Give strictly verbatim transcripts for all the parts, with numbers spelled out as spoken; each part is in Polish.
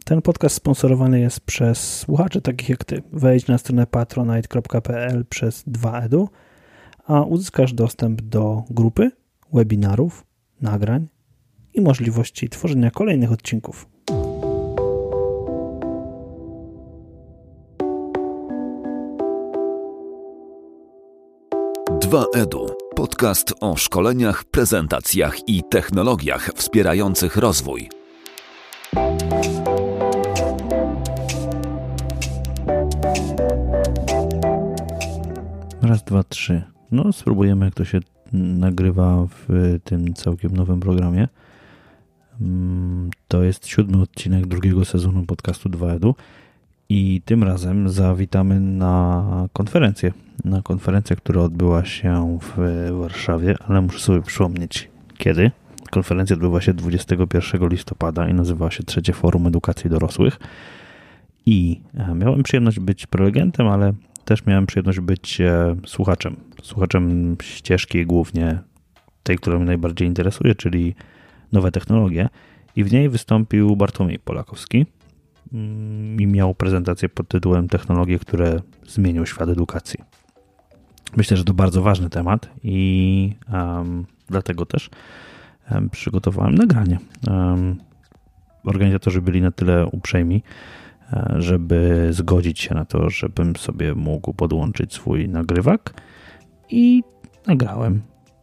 Ten podcast sponsorowany jest przez słuchaczy takich jak ty. Wejdź na stronę patronite kropka p l przez dwa edu, a uzyskasz dostęp do grupy, webinarów, nagrań i możliwości tworzenia kolejnych odcinków. dwa edu. Podcast o szkoleniach, prezentacjach i technologiach wspierających rozwój. Raz, dwa, trzy. No, spróbujemy, jak to się nagrywa w tym całkiem nowym programie. To jest siódmy odcinek drugiego sezonu podcastu dwa edu i tym razem zawitamy na konferencję. Na konferencję, która odbyła się w Warszawie, ale muszę sobie przypomnieć kiedy. Konferencja odbyła się dwudziestego pierwszego listopada i nazywała się Trzecie Forum Edukacji Dorosłych. I miałem przyjemność być prelegentem, ale też miałem przyjemność być słuchaczem. Słuchaczem ścieżki głównie tej, która mnie najbardziej interesuje, czyli nowe technologie. I w niej wystąpił Bartłomiej Polakowski i miał prezentację pod tytułem Technologie, które zmienią świat edukacji. Myślę, że to bardzo ważny temat i um, dlatego też um, przygotowałem nagranie. Um, organizatorzy byli na tyle uprzejmi, żeby zgodzić się na to, żebym sobie mógł podłączyć swój nagrywak i nagrałem.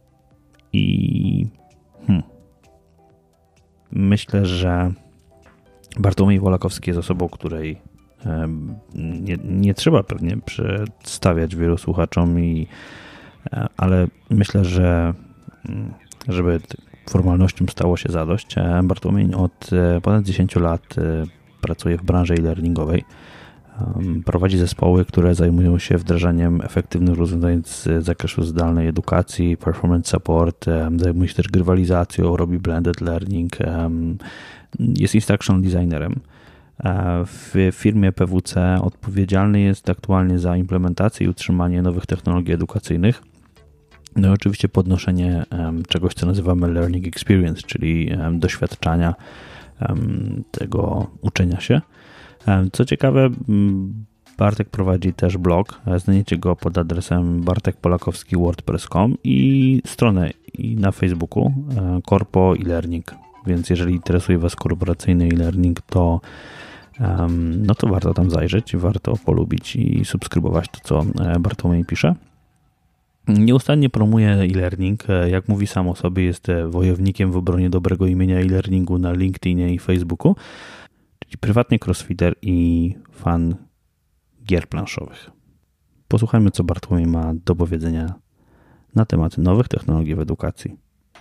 I hmm, myślę, że Bartłomiej Wolakowski jest osobą, której nie, nie trzeba pewnie przedstawiać wielu słuchaczom, i, ale myślę, że żeby formalnościom stało się zadość, Bartłomiej od ponad dziesięć lat pracuje w branży e-learningowej. Prowadzi zespoły, które zajmują się wdrażaniem efektywnych rozwiązań z zakresu zdalnej edukacji, performance support, zajmuje się też grywalizacją, robi blended learning, jest instructional designerem. W firmie P W C odpowiedzialny jest aktualnie za implementację i utrzymanie nowych technologii edukacyjnych. No i oczywiście podnoszenie czegoś, co nazywamy learning experience, czyli doświadczania tego uczenia się. Co ciekawe, Bartek prowadzi też blog. Znajdziecie go pod adresem bartek polakowski wordpress kropka com i stronę i na Facebooku Corpo e-learning. Więc jeżeli interesuje Was korporacyjny e-learning, to, no to warto tam zajrzeć, warto polubić i subskrybować to, co Bartłomiej pisze. Nieustannie promuje e-learning. Jak mówi sam o sobie, jest wojownikiem w obronie dobrego imienia e-learningu na LinkedInie i Facebooku, czyli prywatny crossfitter i fan gier planszowych. Posłuchajmy, co Bartłomiej ma do powiedzenia na temat nowych technologii w edukacji.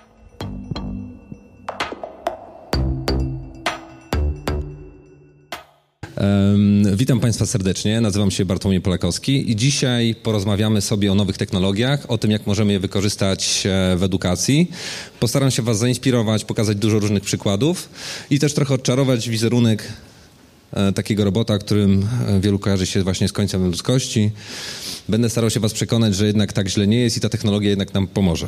Witam Państwa serdecznie, nazywam się Bartłomiej Polakowski i dzisiaj porozmawiamy sobie o nowych technologiach, o tym, jak możemy je wykorzystać w edukacji. Postaram się Was zainspirować, pokazać dużo różnych przykładów i też trochę odczarować wizerunek takiego robota, którym wielu kojarzy się właśnie z końcem ludzkości. Będę starał się Was przekonać, że jednak tak źle nie jest i ta technologia jednak nam pomoże.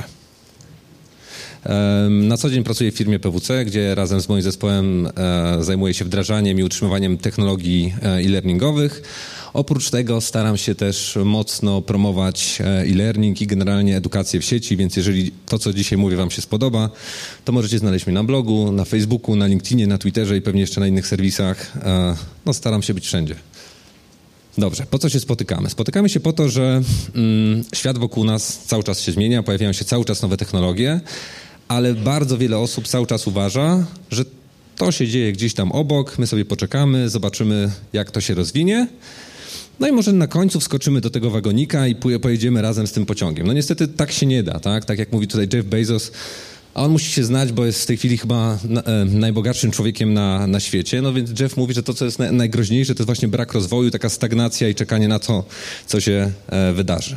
Na co dzień pracuję w firmie P W C, gdzie razem z moim zespołem zajmuję się wdrażaniem i utrzymywaniem technologii e-learningowych. Oprócz tego staram się też mocno promować e-learning i generalnie edukację w sieci, więc jeżeli to, co dzisiaj mówię, Wam się spodoba, to możecie znaleźć mnie na blogu, na Facebooku, na LinkedInie, na Twitterze i pewnie jeszcze na innych serwisach. No, staram się być wszędzie. Dobrze, po co się spotykamy? Spotykamy się po to, że mm, świat wokół nas cały czas się zmienia, pojawiają się cały czas nowe technologie, ale bardzo wiele osób cały czas uważa, że to się dzieje gdzieś tam obok, my sobie poczekamy, zobaczymy, jak to się rozwinie, no i może na końcu wskoczymy do tego wagonika i pojedziemy razem z tym pociągiem. No niestety tak się nie da, tak? Tak jak mówi tutaj Jeff Bezos, a on musi się znać, bo jest w tej chwili chyba na, e, najbogatszym człowiekiem na, na świecie, no więc Jeff mówi, że to, co jest na, najgroźniejsze, to jest właśnie brak rozwoju, taka stagnacja i czekanie na to, co się e, wydarzy.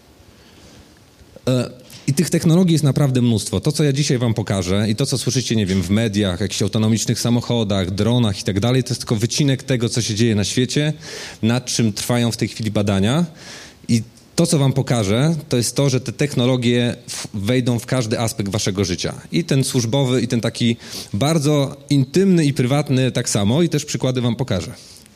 E, I tych technologii jest naprawdę mnóstwo. To, co ja dzisiaj Wam pokażę i to, co słyszycie, nie wiem, w mediach, jakichś autonomicznych samochodach, dronach i tak dalej, to jest tylko wycinek tego, co się dzieje na świecie, nad czym trwają w tej chwili badania. I To, co wam pokażę, to jest to, że te technologie wejdą w każdy aspekt waszego życia. I ten służbowy, i ten taki bardzo intymny i prywatny tak samo. I też przykłady wam pokażę.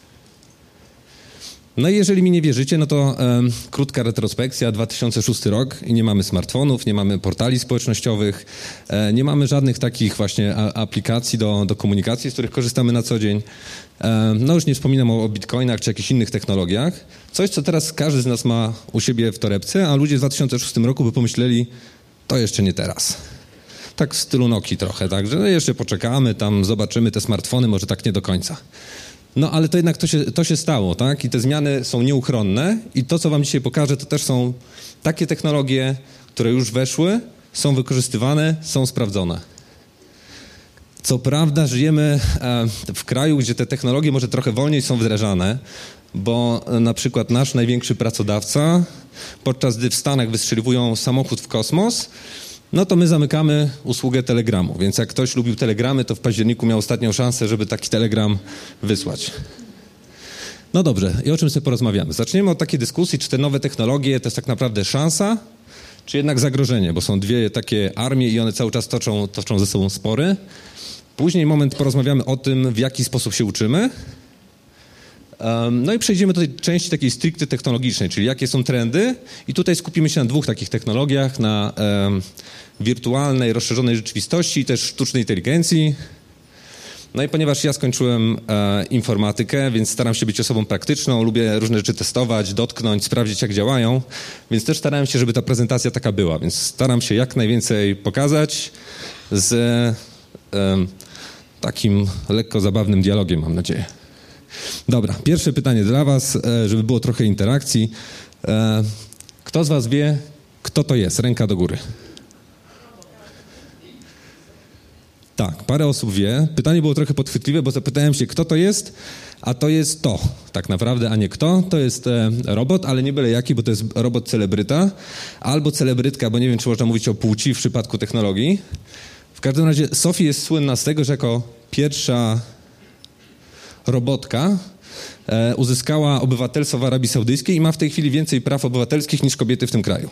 No i jeżeli mi nie wierzycie, no to e, krótka retrospekcja, dwa tysiące szósty rok i nie mamy smartfonów, nie mamy portali społecznościowych, e, nie mamy żadnych takich właśnie a, aplikacji do, do komunikacji, z których korzystamy na co dzień. E, no już nie wspominam o, o bitcoinach czy jakichś innych technologiach. Coś, co teraz każdy z nas ma u siebie w torebce, a ludzie w dwa tysiące szóstym roku by pomyśleli, to jeszcze nie teraz. Tak w stylu Nokii trochę, tak, że no jeszcze poczekamy, tam zobaczymy te smartfony, może tak nie do końca. No ale to jednak to się, to się stało, tak? I te zmiany są nieuchronne i to, co wam dzisiaj pokażę, to też są takie technologie, które już weszły, są wykorzystywane, są sprawdzone. Co prawda żyjemy w kraju, gdzie te technologie może trochę wolniej są wdrażane, bo na przykład nasz największy pracodawca, podczas gdy w Stanach wystrzeliwują samochód w kosmos, no to my zamykamy usługę telegramu, więc jak ktoś lubił telegramy, to w październiku miał ostatnią szansę, żeby taki telegram wysłać. No dobrze, i o czym sobie porozmawiamy? Zaczniemy od takiej dyskusji, czy te nowe technologie to jest tak naprawdę szansa, czy jednak zagrożenie, bo są dwie takie armie i one cały czas toczą, toczą ze sobą spory. Później moment porozmawiamy o tym, w jaki sposób się uczymy. No i przejdziemy do tej części takiej stricte technologicznej, czyli jakie są trendy i tutaj skupimy się na dwóch takich technologiach, na um, wirtualnej, rozszerzonej rzeczywistości i też sztucznej inteligencji. No i ponieważ ja skończyłem e, informatykę, więc staram się być osobą praktyczną, lubię różne rzeczy testować, dotknąć, sprawdzić jak działają, więc też starałem się, żeby ta prezentacja taka była, więc staram się jak najwięcej pokazać z e, takim lekko zabawnym dialogiem, mam nadzieję. Dobra, pierwsze pytanie dla was, żeby było trochę interakcji. Kto z was wie, kto to jest? Ręka do góry. Tak, parę osób wie. Pytanie było trochę podchwytliwe, bo zapytałem się, kto to jest, a to jest to, tak naprawdę, a nie kto. To jest robot, ale nie byle jaki, bo to jest robot celebryta, albo celebrytka, bo nie wiem, czy można mówić o płci w przypadku technologii. W każdym razie Sophie jest słynna z tego, że jako pierwsza robotka e, uzyskała obywatelstwo w Arabii Saudyjskiej i ma w tej chwili więcej praw obywatelskich niż kobiety w tym kraju.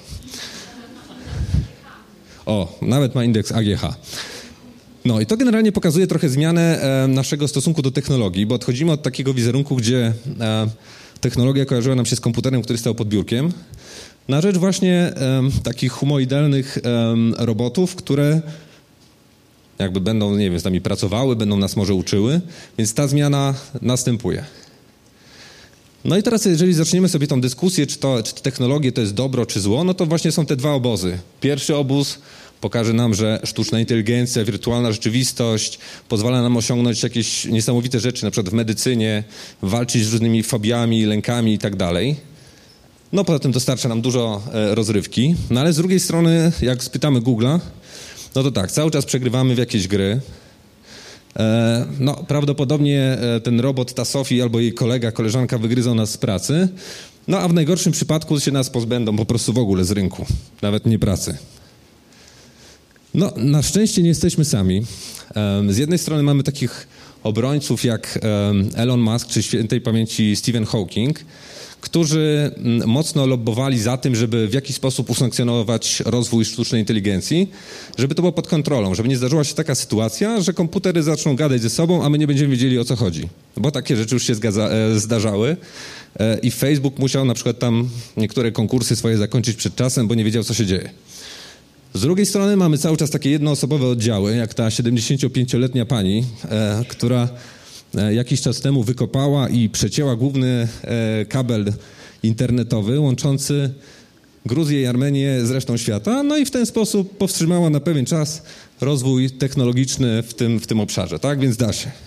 O, nawet ma indeks A G H. No i to generalnie pokazuje trochę zmianę e, naszego stosunku do technologii, bo odchodzimy od takiego wizerunku, gdzie e, technologia kojarzyła nam się z komputerem, który stał pod biurkiem, na rzecz właśnie e, takich humanoidalnych e, robotów, które jakby będą, nie wiem, z nami pracowały, będą nas może uczyły, więc ta zmiana następuje. No i teraz, jeżeli zaczniemy sobie tą dyskusję, czy, to, czy technologie to jest dobro, czy zło, no to właśnie są te dwa obozy. Pierwszy obóz pokaże nam, że sztuczna inteligencja, wirtualna rzeczywistość pozwala nam osiągnąć jakieś niesamowite rzeczy, na przykład w medycynie, walczyć z różnymi fobiami, lękami i tak dalej. No poza tym dostarcza nam dużo e, rozrywki, no ale z drugiej strony, jak spytamy Google'a, no to tak, cały czas przegrywamy w jakieś gry. E, no, prawdopodobnie ten robot, ta Sophie albo jej kolega, koleżanka wygryzą nas z pracy. No, a w najgorszym przypadku się nas pozbędą po prostu w ogóle z rynku, nawet nie pracy. No, na szczęście nie jesteśmy sami. E, z jednej strony mamy takich obrońców jak e, Elon Musk czy świętej pamięci Stephen Hawking, którzy mocno lobbowali za tym, żeby w jakiś sposób usankcjonować rozwój sztucznej inteligencji, żeby to było pod kontrolą, żeby nie zdarzyła się taka sytuacja, że komputery zaczną gadać ze sobą, a my nie będziemy wiedzieli, o co chodzi. Bo takie rzeczy już się zgadza, e, zdarzały e, i Facebook musiał na przykład tam niektóre konkursy swoje zakończyć przed czasem, bo nie wiedział, co się dzieje. Z drugiej strony mamy cały czas takie jednoosobowe oddziały, jak ta siedemdziesięciopięcioletnia pani, e, która jakiś czas temu wykopała i przecięła główny e, kabel internetowy łączący Gruzję i Armenię z resztą świata, no i w ten sposób powstrzymała na pewien czas rozwój technologiczny w tym, w tym obszarze, tak? Więc da się.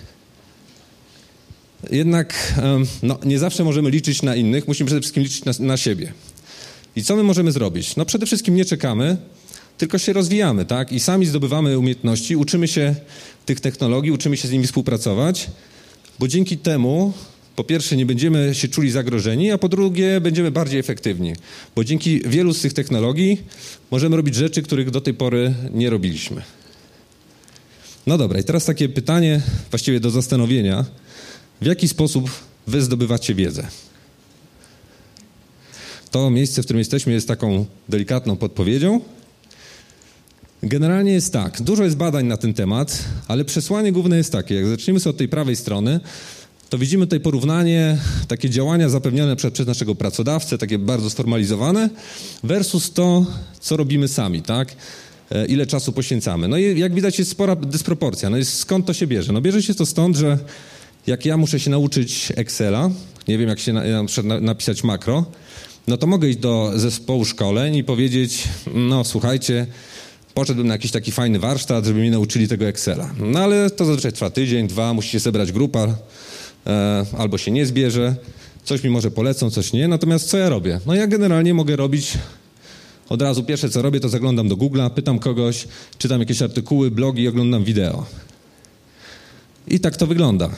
Jednak e, no, nie zawsze możemy liczyć na innych, musimy przede wszystkim liczyć na, na siebie. I co my możemy zrobić? No przede wszystkim nie czekamy, tylko się rozwijamy, tak? I sami zdobywamy umiejętności, uczymy się tych technologii, uczymy się z nimi współpracować, bo dzięki temu, po pierwsze, nie będziemy się czuli zagrożeni, a po drugie, będziemy bardziej efektywni, bo dzięki wielu z tych technologii możemy robić rzeczy, których do tej pory nie robiliśmy. No dobra, i teraz takie pytanie właściwie do zastanowienia. W jaki sposób wy zdobywacie wiedzę? To miejsce, w którym jesteśmy, jest taką delikatną podpowiedzią. Generalnie jest tak, dużo jest badań na ten temat, ale przesłanie główne jest takie, jak zaczniemy sobie od tej prawej strony, to widzimy tutaj porównanie, takie działania zapewnione przez, przez naszego pracodawcę, takie bardzo sformalizowane, versus to, co robimy sami, tak? E, ile czasu poświęcamy. No i jak widać jest spora dysproporcja. No i skąd to się bierze? No bierze się to stąd, że jak ja muszę się nauczyć Excela, nie wiem jak się na, na, napisać makro, no to mogę iść do zespołu szkoleń i powiedzieć, no słuchajcie, poszedłbym na jakiś taki fajny warsztat, żeby mnie nauczyli tego Excela. No ale to zazwyczaj trwa tydzień, dwa, musi się zebrać grupa, e, albo się nie zbierze, coś mi może polecą, coś nie. Natomiast co ja robię? No ja generalnie mogę robić od razu, pierwsze co robię, to zaglądam do Google'a, pytam kogoś, czytam jakieś artykuły, blogi i oglądam wideo. I tak to wygląda.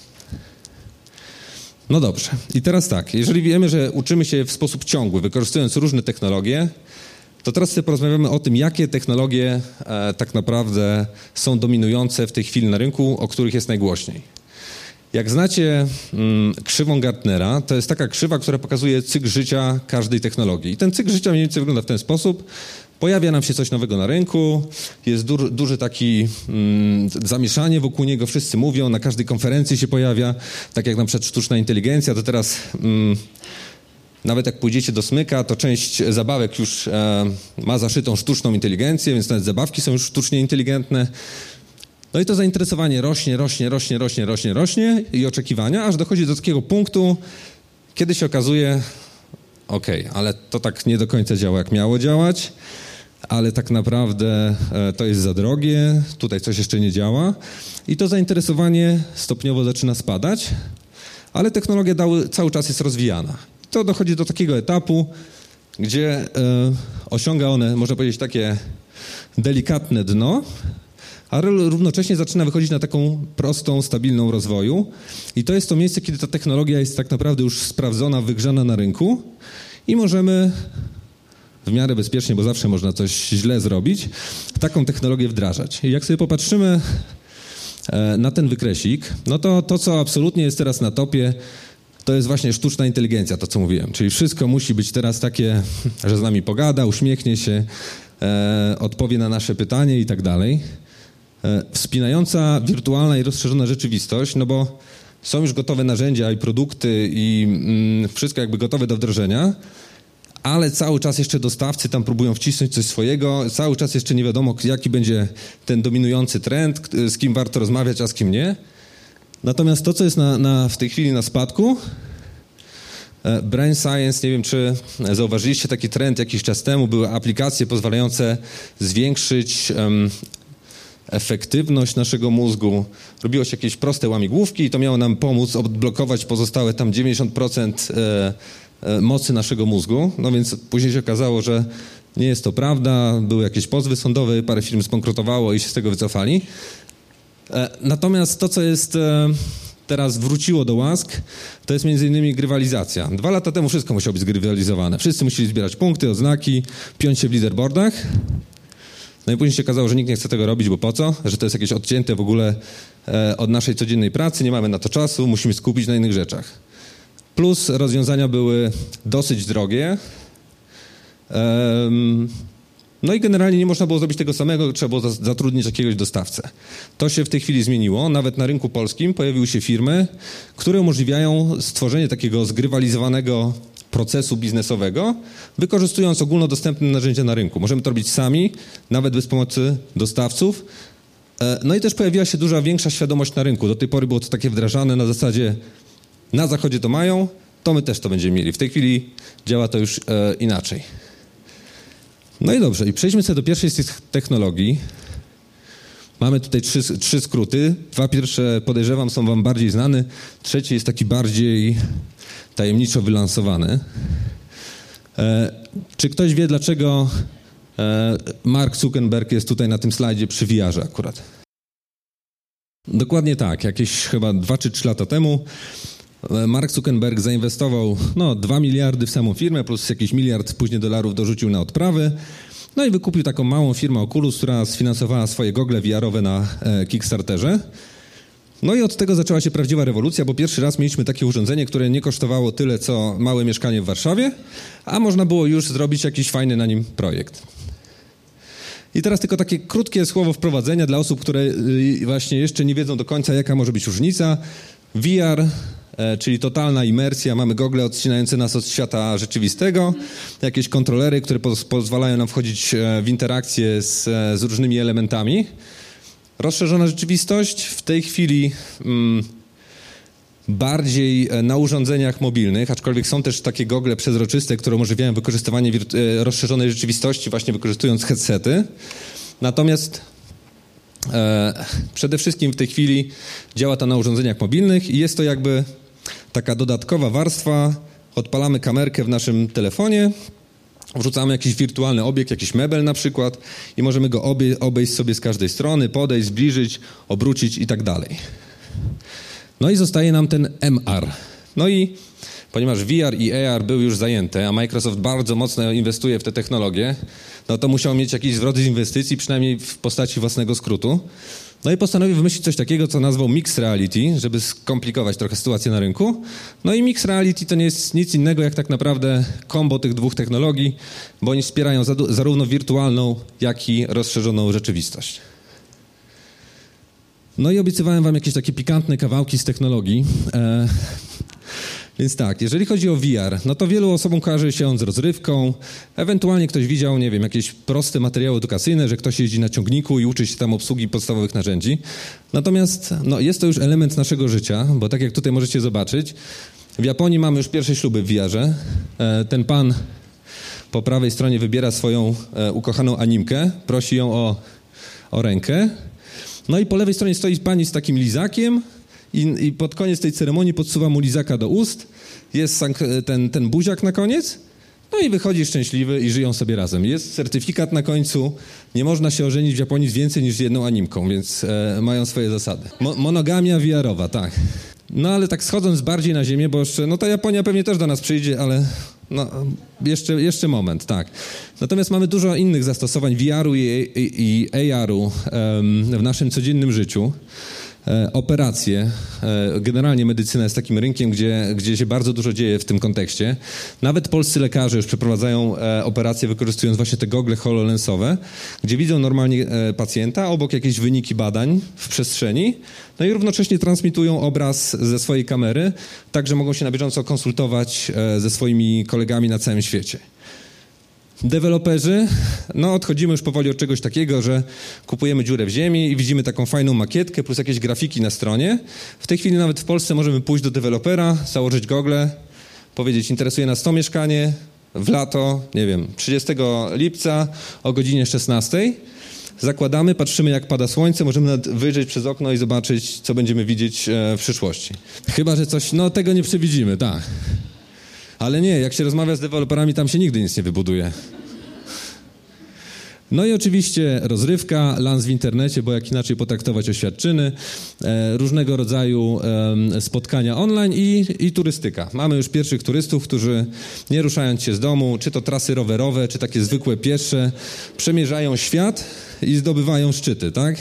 No dobrze. I teraz tak, jeżeli wiemy, że uczymy się w sposób ciągły, wykorzystując różne technologie, to teraz sobie porozmawiamy o tym, jakie technologie e, tak naprawdę są dominujące w tej chwili na rynku, o których jest najgłośniej. Jak znacie mm, krzywą Gartnera, to jest taka krzywa, która pokazuje cykl życia każdej technologii. I ten cykl życia mniej więcej wygląda w ten sposób. Pojawia nam się coś nowego na rynku, jest dur, duży taki mm, zamieszanie wokół niego, wszyscy mówią, na każdej konferencji się pojawia, tak jak na przykład sztuczna inteligencja, to teraz... Mm, Nawet jak pójdziecie do Smyka, to część zabawek już e, ma zaszytą sztuczną inteligencję, więc nawet zabawki są już sztucznie inteligentne. No i to zainteresowanie rośnie, rośnie, rośnie, rośnie, rośnie, rośnie i oczekiwania, aż dochodzi do takiego punktu, kiedy się okazuje, okej, okay, ale to tak nie do końca działa, jak miało działać, ale tak naprawdę e, to jest za drogie, tutaj coś jeszcze nie działa i to zainteresowanie stopniowo zaczyna spadać, ale technologia dały, cały czas jest rozwijana. To dochodzi do takiego etapu, gdzie e, osiąga one, można powiedzieć, takie delikatne dno, ale równocześnie zaczyna wychodzić na taką prostą, stabilną rozwoju. I to jest to miejsce, kiedy ta technologia jest tak naprawdę już sprawdzona, wygrzana na rynku i możemy w miarę bezpiecznie, bo zawsze można coś źle zrobić, taką technologię wdrażać. I jak sobie popatrzymy e, na ten wykresik, no to to, co absolutnie jest teraz na topie, to jest właśnie sztuczna inteligencja, to co mówiłem. Czyli wszystko musi być teraz takie, że z nami pogada, uśmiechnie się, e, odpowie na nasze pytanie i tak dalej. E, wspinająca wirtualna i rozszerzona rzeczywistość, no bo są już gotowe narzędzia i produkty i mm, wszystko jakby gotowe do wdrożenia, ale cały czas jeszcze dostawcy tam próbują wcisnąć coś swojego, cały czas jeszcze nie wiadomo, jaki będzie ten dominujący trend, z kim warto rozmawiać, a z kim nie. Natomiast to, co jest na, na, w tej chwili na spadku, e, Brain Science, nie wiem, czy zauważyliście taki trend jakiś czas temu, były aplikacje pozwalające zwiększyć um, efektywność naszego mózgu. Robiło się jakieś proste łamigłówki i to miało nam pomóc odblokować pozostałe tam dziewięćdziesiąt procent e, e, mocy naszego mózgu. No więc później się okazało, że nie jest to prawda, były jakieś pozwy sądowe, parę firm zbankrutowało i się z tego wycofali. Natomiast to, co jest teraz wróciło do łask, to jest między innymi grywalizacja. Dwa lata temu wszystko musiało być zgrywalizowane. Wszyscy musieli zbierać punkty, odznaki, piąć się w leaderboardach. No i później się okazało, że nikt nie chce tego robić, bo po co? Że to jest jakieś odcięte w ogóle od naszej codziennej pracy, nie mamy na to czasu, musimy skupić na innych rzeczach. Plus rozwiązania były dosyć drogie. Um, No i generalnie nie można było zrobić tego samego, trzeba było zatrudnić jakiegoś dostawcę. To się w tej chwili zmieniło. Nawet na rynku polskim pojawiły się firmy, które umożliwiają stworzenie takiego zgrywalizowanego procesu biznesowego, wykorzystując ogólnodostępne narzędzia na rynku. Możemy to robić sami, nawet bez pomocy dostawców. No i też pojawiła się duża, większa świadomość na rynku. Do tej pory było to takie wdrażane na zasadzie na zachodzie to mają, to my też to będziemy mieli. W tej chwili działa to już e, inaczej. No i dobrze, i przejdźmy sobie do pierwszej z tych technologii. Mamy tutaj trzy, trzy skróty. Dwa pierwsze, podejrzewam, są wam bardziej znane. Trzeci jest taki bardziej tajemniczo wylansowany. E, czy ktoś wie, dlaczego e, Mark Zuckerberg jest tutaj na tym slajdzie przy V R-ze akurat? Dokładnie tak. Jakieś chyba dwa czy trzy lata temu Mark Zuckerberg zainwestował no, dwa miliardy w samą firmę, plus jakiś miliard później dolarów dorzucił na odprawy. No i wykupił taką małą firmę Oculus, która sfinansowała swoje gogle V R-owe na e, Kickstarterze. No i od tego zaczęła się prawdziwa rewolucja, bo pierwszy raz mieliśmy takie urządzenie, które nie kosztowało tyle, co małe mieszkanie w Warszawie, a można było już zrobić jakiś fajny na nim projekt. I teraz tylko takie krótkie słowo wprowadzenia dla osób, które właśnie jeszcze nie wiedzą do końca, jaka może być różnica. V R, czyli totalna imersja, mamy gogle odcinające nas od świata rzeczywistego, jakieś kontrolery, które poz- pozwalają nam wchodzić w interakcję z, z różnymi elementami. Rozszerzona rzeczywistość w tej chwili mm, bardziej na urządzeniach mobilnych, aczkolwiek są też takie gogle przezroczyste, które umożliwiają wykorzystywanie wirtu- rozszerzonej rzeczywistości, właśnie wykorzystując headsety. Natomiast e, przede wszystkim w tej chwili działa to na urządzeniach mobilnych i jest to jakby taka dodatkowa warstwa. Odpalamy kamerkę w naszym telefonie, wrzucamy jakiś wirtualny obiekt, jakiś mebel na przykład i możemy go obie, obejść sobie z każdej strony, podejść, zbliżyć, obrócić i tak dalej. No i zostaje nam ten M R. No i ponieważ V R i A R były już zajęte, a Microsoft bardzo mocno inwestuje w te technologie, no to musiał mieć jakiś zwrot z inwestycji, przynajmniej w postaci własnego skrótu. No i postanowił wymyślić coś takiego, co nazwał Mixed Reality, żeby skomplikować trochę sytuację na rynku. No i Mixed Reality to nie jest nic innego jak tak naprawdę kombo tych dwóch technologii, bo oni wspierają zarówno wirtualną, jak i rozszerzoną rzeczywistość. No i obiecywałem wam jakieś takie pikantne kawałki z technologii. E, więc tak, jeżeli chodzi o V R, no to wielu osobom kojarzy się on z rozrywką. Ewentualnie ktoś widział, nie wiem, jakieś proste materiały edukacyjne, że ktoś jeździ na ciągniku i uczy się tam obsługi podstawowych narzędzi. Natomiast no, jest to już element naszego życia, bo tak jak tutaj możecie zobaczyć, w Japonii mamy już pierwsze śluby w V R-ze. E, ten pan po prawej stronie wybiera swoją e, ukochaną animkę, prosi ją o, o rękę. No i po lewej stronie stoi pani z takim lizakiem i, i pod koniec tej ceremonii podsuwa mu lizaka do ust. Jest ten, ten buziak na koniec. No i wychodzi szczęśliwy i żyją sobie razem. Jest certyfikat na końcu. Nie można się ożenić w Japonii z więcej niż z jedną animką, więc e, mają swoje zasady. Mo, monogamia V R-owa, tak. No ale tak schodząc bardziej na ziemię, bo jeszcze, no ta Japonia pewnie też do nas przyjdzie, ale no, jeszcze, jeszcze moment, tak. Natomiast mamy dużo innych zastosowań V R-u i, i, i A R-u um, w naszym codziennym życiu. E, operacje, e, generalnie medycyna jest takim rynkiem, gdzie, gdzie się bardzo dużo dzieje w tym kontekście. Nawet polscy lekarze już przeprowadzają e, operacje wykorzystując właśnie te gogle HoloLensowe, gdzie widzą normalnie e, pacjenta, obok jakieś wyniki badań w przestrzeni, no i równocześnie transmitują obraz ze swojej kamery, tak że mogą się na bieżąco konsultować e, ze swoimi kolegami na całym świecie. Deweloperzy, no odchodzimy już powoli od czegoś takiego, że kupujemy dziurę w ziemi i widzimy taką fajną makietkę plus jakieś grafiki na stronie. W tej chwili nawet w Polsce możemy pójść do dewelopera, założyć gogle, powiedzieć, interesuje nas to mieszkanie w lato, nie wiem, trzydziestego lipca o godzinie szesnastej. Zakładamy, patrzymy jak pada słońce, możemy nawet wyjrzeć przez okno i zobaczyć, co będziemy widzieć w przyszłości. Chyba że coś, no tego nie przewidzimy, tak. Ale nie, jak się rozmawia z deweloperami, tam się nigdy nic nie wybuduje. No i oczywiście rozrywka, lans w internecie, bo jak inaczej potraktować oświadczyny, e, różnego rodzaju e, spotkania online i, i turystyka. Mamy już pierwszych turystów, którzy nie ruszając się z domu, czy to trasy rowerowe, czy takie zwykłe piesze, przemierzają świat i zdobywają szczyty, tak?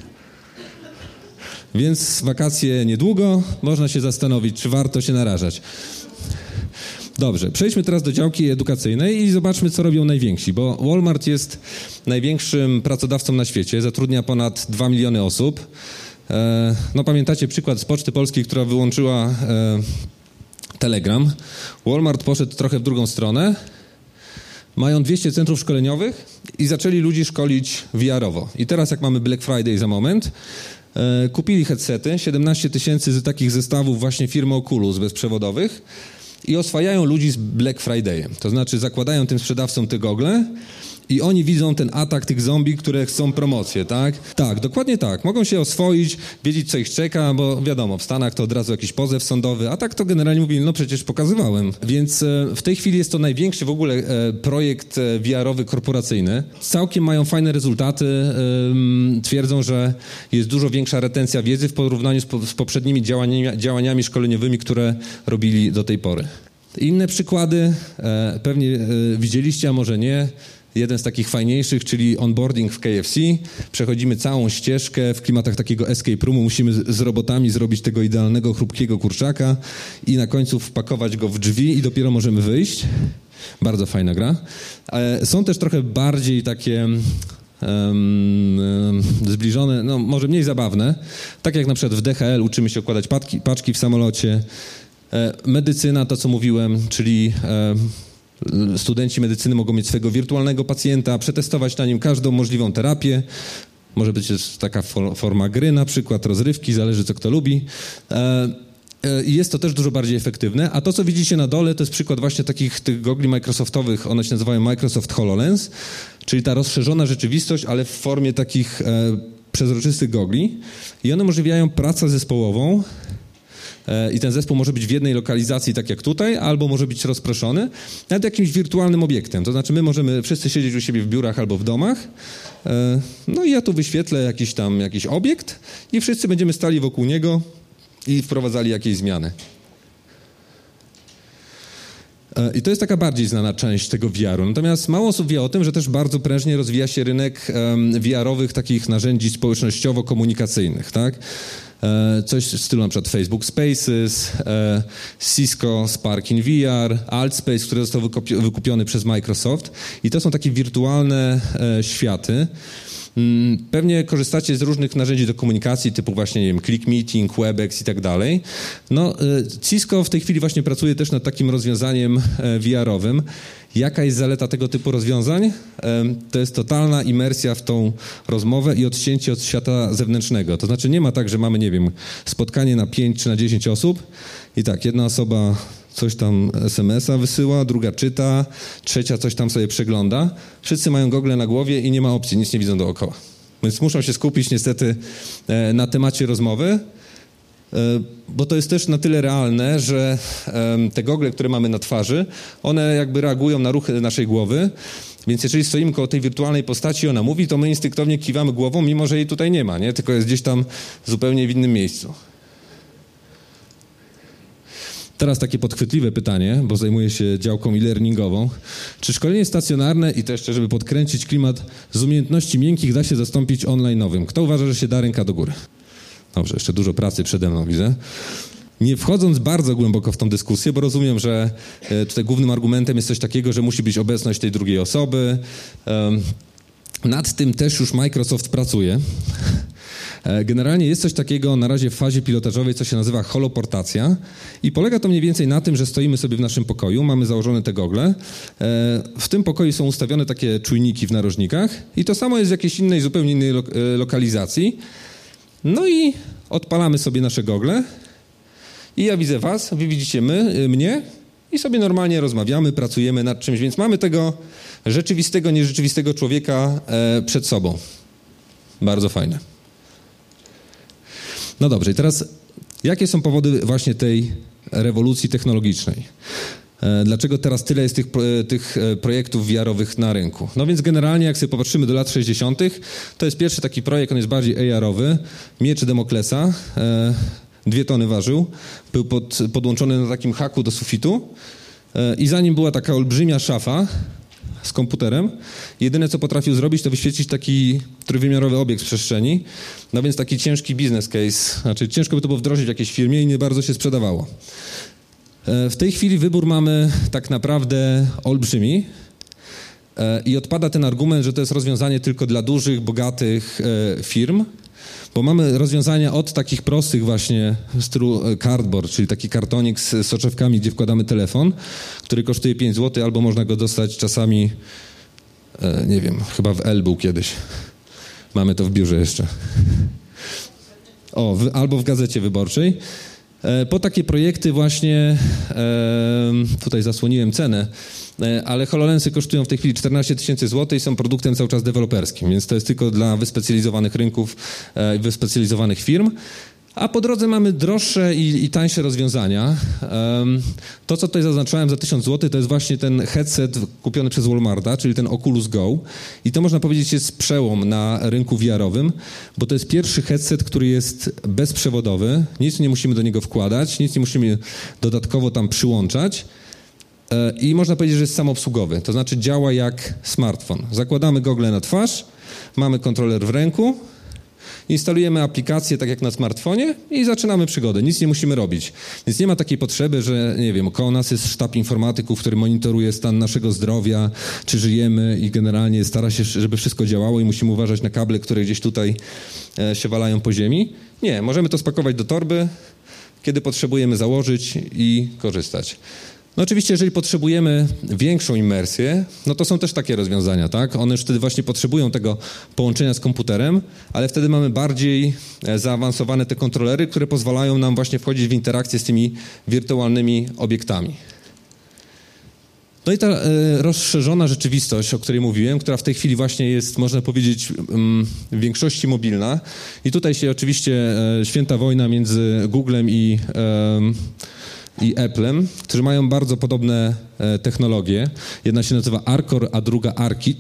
Więc wakacje niedługo, można się zastanowić, czy warto się narażać. Dobrze, przejdźmy teraz do działki edukacyjnej i zobaczmy, co robią najwięksi, bo Walmart jest największym pracodawcą na świecie, zatrudnia ponad dwa miliony osób. E, no pamiętacie przykład z Poczty Polskiej, która wyłączyła e, Telegram. Walmart poszedł trochę w drugą stronę. Mają dwieście centrów szkoleniowych i zaczęli ludzi szkolić V R-owo. I teraz jak mamy Black Friday za moment, e, kupili headsety, siedemnaście tysięcy z takich zestawów właśnie firmy Oculus bezprzewodowych, i oswajają ludzi z Black Friday'em. To znaczy zakładają tym sprzedawcom te gogle i oni widzą ten atak tych zombie, które chcą promocję, tak? Tak, dokładnie tak. Mogą się oswoić, wiedzieć, co ich czeka, bo wiadomo, w Stanach to od razu jakiś pozew sądowy, a tak to generalnie mówili, no przecież pokazywałem. Więc e, w tej chwili jest to największy w ogóle e, projekt e, V R-owy korporacyjny. Całkiem mają fajne rezultaty. E, twierdzą, że jest dużo większa retencja wiedzy w porównaniu z, po, z poprzednimi działaniami, działaniami szkoleniowymi, które robili do tej pory. Inne przykłady, e, pewnie e, widzieliście, a może nie, jeden z takich fajniejszych, czyli onboarding w K F C. Przechodzimy całą ścieżkę w klimatach takiego escape roomu. Musimy z robotami zrobić tego idealnego, chrupkiego kurczaka i na końcu wpakować go w drzwi i dopiero możemy wyjść. Bardzo fajna gra. Są też trochę bardziej takie um, zbliżone, no może mniej zabawne. Tak jak na przykład w D H L uczymy się układać paczki, paczki w samolocie. Medycyna, to co mówiłem, czyli studenci medycyny mogą mieć swojego wirtualnego pacjenta, przetestować na nim każdą możliwą terapię. Może być też taka forma gry na przykład, rozrywki, zależy co kto lubi. I jest to też dużo bardziej efektywne. A to, co widzicie na dole, to jest przykład właśnie takich tych gogli Microsoftowych. One się nazywają Microsoft HoloLens, czyli ta rozszerzona rzeczywistość, ale w formie takich e, przezroczystych gogli. I one umożliwiają pracę zespołową. I ten zespół może być w jednej lokalizacji, tak jak tutaj, albo może być rozproszony nad jakimś wirtualnym obiektem. To znaczy my możemy wszyscy siedzieć u siebie w biurach albo w domach, no i ja tu wyświetlę jakiś tam jakiś obiekt i wszyscy będziemy stali wokół niego i wprowadzali jakieś zmiany. I to jest taka bardziej znana część tego V R-u. Natomiast mało osób wie o tym, że też bardzo prężnie rozwija się rynek V R-owych takich narzędzi społecznościowo-komunikacyjnych, tak? Coś w stylu na przykład Facebook Spaces, Cisco Spark in V R, Altspace, który został wykupiony przez Microsoft. I to są takie wirtualne światy. Pewnie korzystacie z różnych narzędzi do komunikacji, typu właśnie, nie wiem, Click Meeting, Webex i tak dalej. No, Cisco w tej chwili właśnie pracuje też nad takim rozwiązaniem V R-owym. Jaka jest zaleta tego typu rozwiązań? To jest totalna imersja w tą rozmowę i odcięcie od świata zewnętrznego. To znaczy nie ma tak, że mamy, nie wiem, spotkanie na pięć czy na dziesięć osób i tak, jedna osoba coś tam es em es a wysyła, druga czyta, trzecia coś tam sobie przegląda. Wszyscy mają gogle na głowie i nie ma opcji, nic nie widzą dookoła. Więc muszą się skupić niestety na temacie rozmowy, bo to jest też na tyle realne, że te gogle, które mamy na twarzy, one jakby reagują na ruchy naszej głowy, więc jeżeli stoimy koło tej wirtualnej postaci, ona mówi, to my instynktownie kiwamy głową, mimo że jej tutaj nie ma, nie? Tylko jest gdzieś tam zupełnie w innym miejscu. Teraz takie podchwytliwe pytanie, bo zajmuję się działką e-learningową. Czy szkolenie stacjonarne i to jeszcze, żeby podkręcić klimat, z umiejętności miękkich da się zastąpić online'owym? Kto uważa, że się da, ręka do góry? Dobrze, jeszcze dużo pracy przede mną widzę. Nie wchodząc bardzo głęboko w tą dyskusję, bo rozumiem, że tutaj głównym argumentem jest coś takiego, że musi być obecność tej drugiej osoby. Nad tym też już Microsoft pracuje. Generalnie jest coś takiego na razie w fazie pilotażowej, co się nazywa holoportacja i polega to mniej więcej na tym, że stoimy sobie w naszym pokoju, mamy założone te gogle, w tym pokoju są ustawione takie czujniki w narożnikach i to samo jest w jakiejś innej, zupełnie innej lo- lokalizacji. No i odpalamy sobie nasze gogle i ja widzę was, wy widzicie my, mnie i sobie normalnie rozmawiamy, pracujemy nad czymś, więc mamy tego rzeczywistego, nierzeczywistego człowieka przed sobą. Bardzo fajne. No dobrze, i teraz jakie są powody właśnie tej rewolucji technologicznej? Dlaczego teraz tyle jest tych, tych projektów V R-owych na rynku? No więc generalnie jak sobie popatrzymy do lat sześćdziesiątych, to jest pierwszy taki projekt, on jest bardziej A R-owy, Miecz Demoklesa, dwie tony ważył, był pod, podłączony na takim haku do sufitu i za nim była taka olbrzymia szafa z komputerem. Jedyne, co potrafił zrobić, to wyświetlić taki trójwymiarowy obiekt w przestrzeni. No więc taki ciężki business case. Znaczy ciężko by to było wdrożyć w jakiejś firmie i nie bardzo się sprzedawało. W tej chwili wybór mamy tak naprawdę olbrzymi i odpada ten argument, że to jest rozwiązanie tylko dla dużych, bogatych firm, bo mamy rozwiązania od takich prostych właśnie w stylu cardboard, czyli taki kartonik z soczewkami, gdzie wkładamy telefon, który kosztuje pięć złotych, albo można go dostać czasami, nie wiem, chyba w L był kiedyś. Mamy to w biurze jeszcze. O, w, albo w Gazecie Wyborczej. Po takie projekty właśnie, tutaj zasłoniłem cenę, ale HoloLensy kosztują w tej chwili czternaście tysięcy złotych i są produktem cały czas deweloperskim, więc to jest tylko dla wyspecjalizowanych rynków i wyspecjalizowanych firm. A po drodze mamy droższe i, i tańsze rozwiązania. To, co tutaj zaznaczałem za tysiąc złotych, to jest właśnie ten headset kupiony przez Walmarta, czyli ten Oculus Go. I to można powiedzieć jest przełom na rynku V R-owym, bo to jest pierwszy headset, który jest bezprzewodowy. Nic nie musimy do niego wkładać, nic nie musimy dodatkowo tam przyłączać. i można powiedzieć, że jest samoobsługowy, to znaczy działa jak smartfon. Zakładamy gogle na twarz, mamy kontroler w ręku, instalujemy aplikację tak jak na smartfonie i zaczynamy przygodę. Nic nie musimy robić. Więc nie ma takiej potrzeby, że nie wiem, koło nas jest sztab informatyków, który monitoruje stan naszego zdrowia, czy żyjemy i generalnie stara się, żeby wszystko działało i musimy uważać na kable, które gdzieś tutaj e, się walają po ziemi. Nie, możemy to spakować do torby, kiedy potrzebujemy założyć i korzystać. No oczywiście, jeżeli potrzebujemy większą imersję, no to są też takie rozwiązania, tak? One już wtedy właśnie potrzebują tego połączenia z komputerem, ale wtedy mamy bardziej zaawansowane te kontrolery, które pozwalają nam właśnie wchodzić w interakcję z tymi wirtualnymi obiektami. No i ta e, rozszerzona rzeczywistość, o której mówiłem, która w tej chwili właśnie jest, można powiedzieć, m, w większości mobilna. I tutaj się oczywiście e, święta wojna między Googlem i... E, i Apple'em, którzy mają bardzo podobne e, technologie. Jedna się nazywa Arcor, a druga Arkit.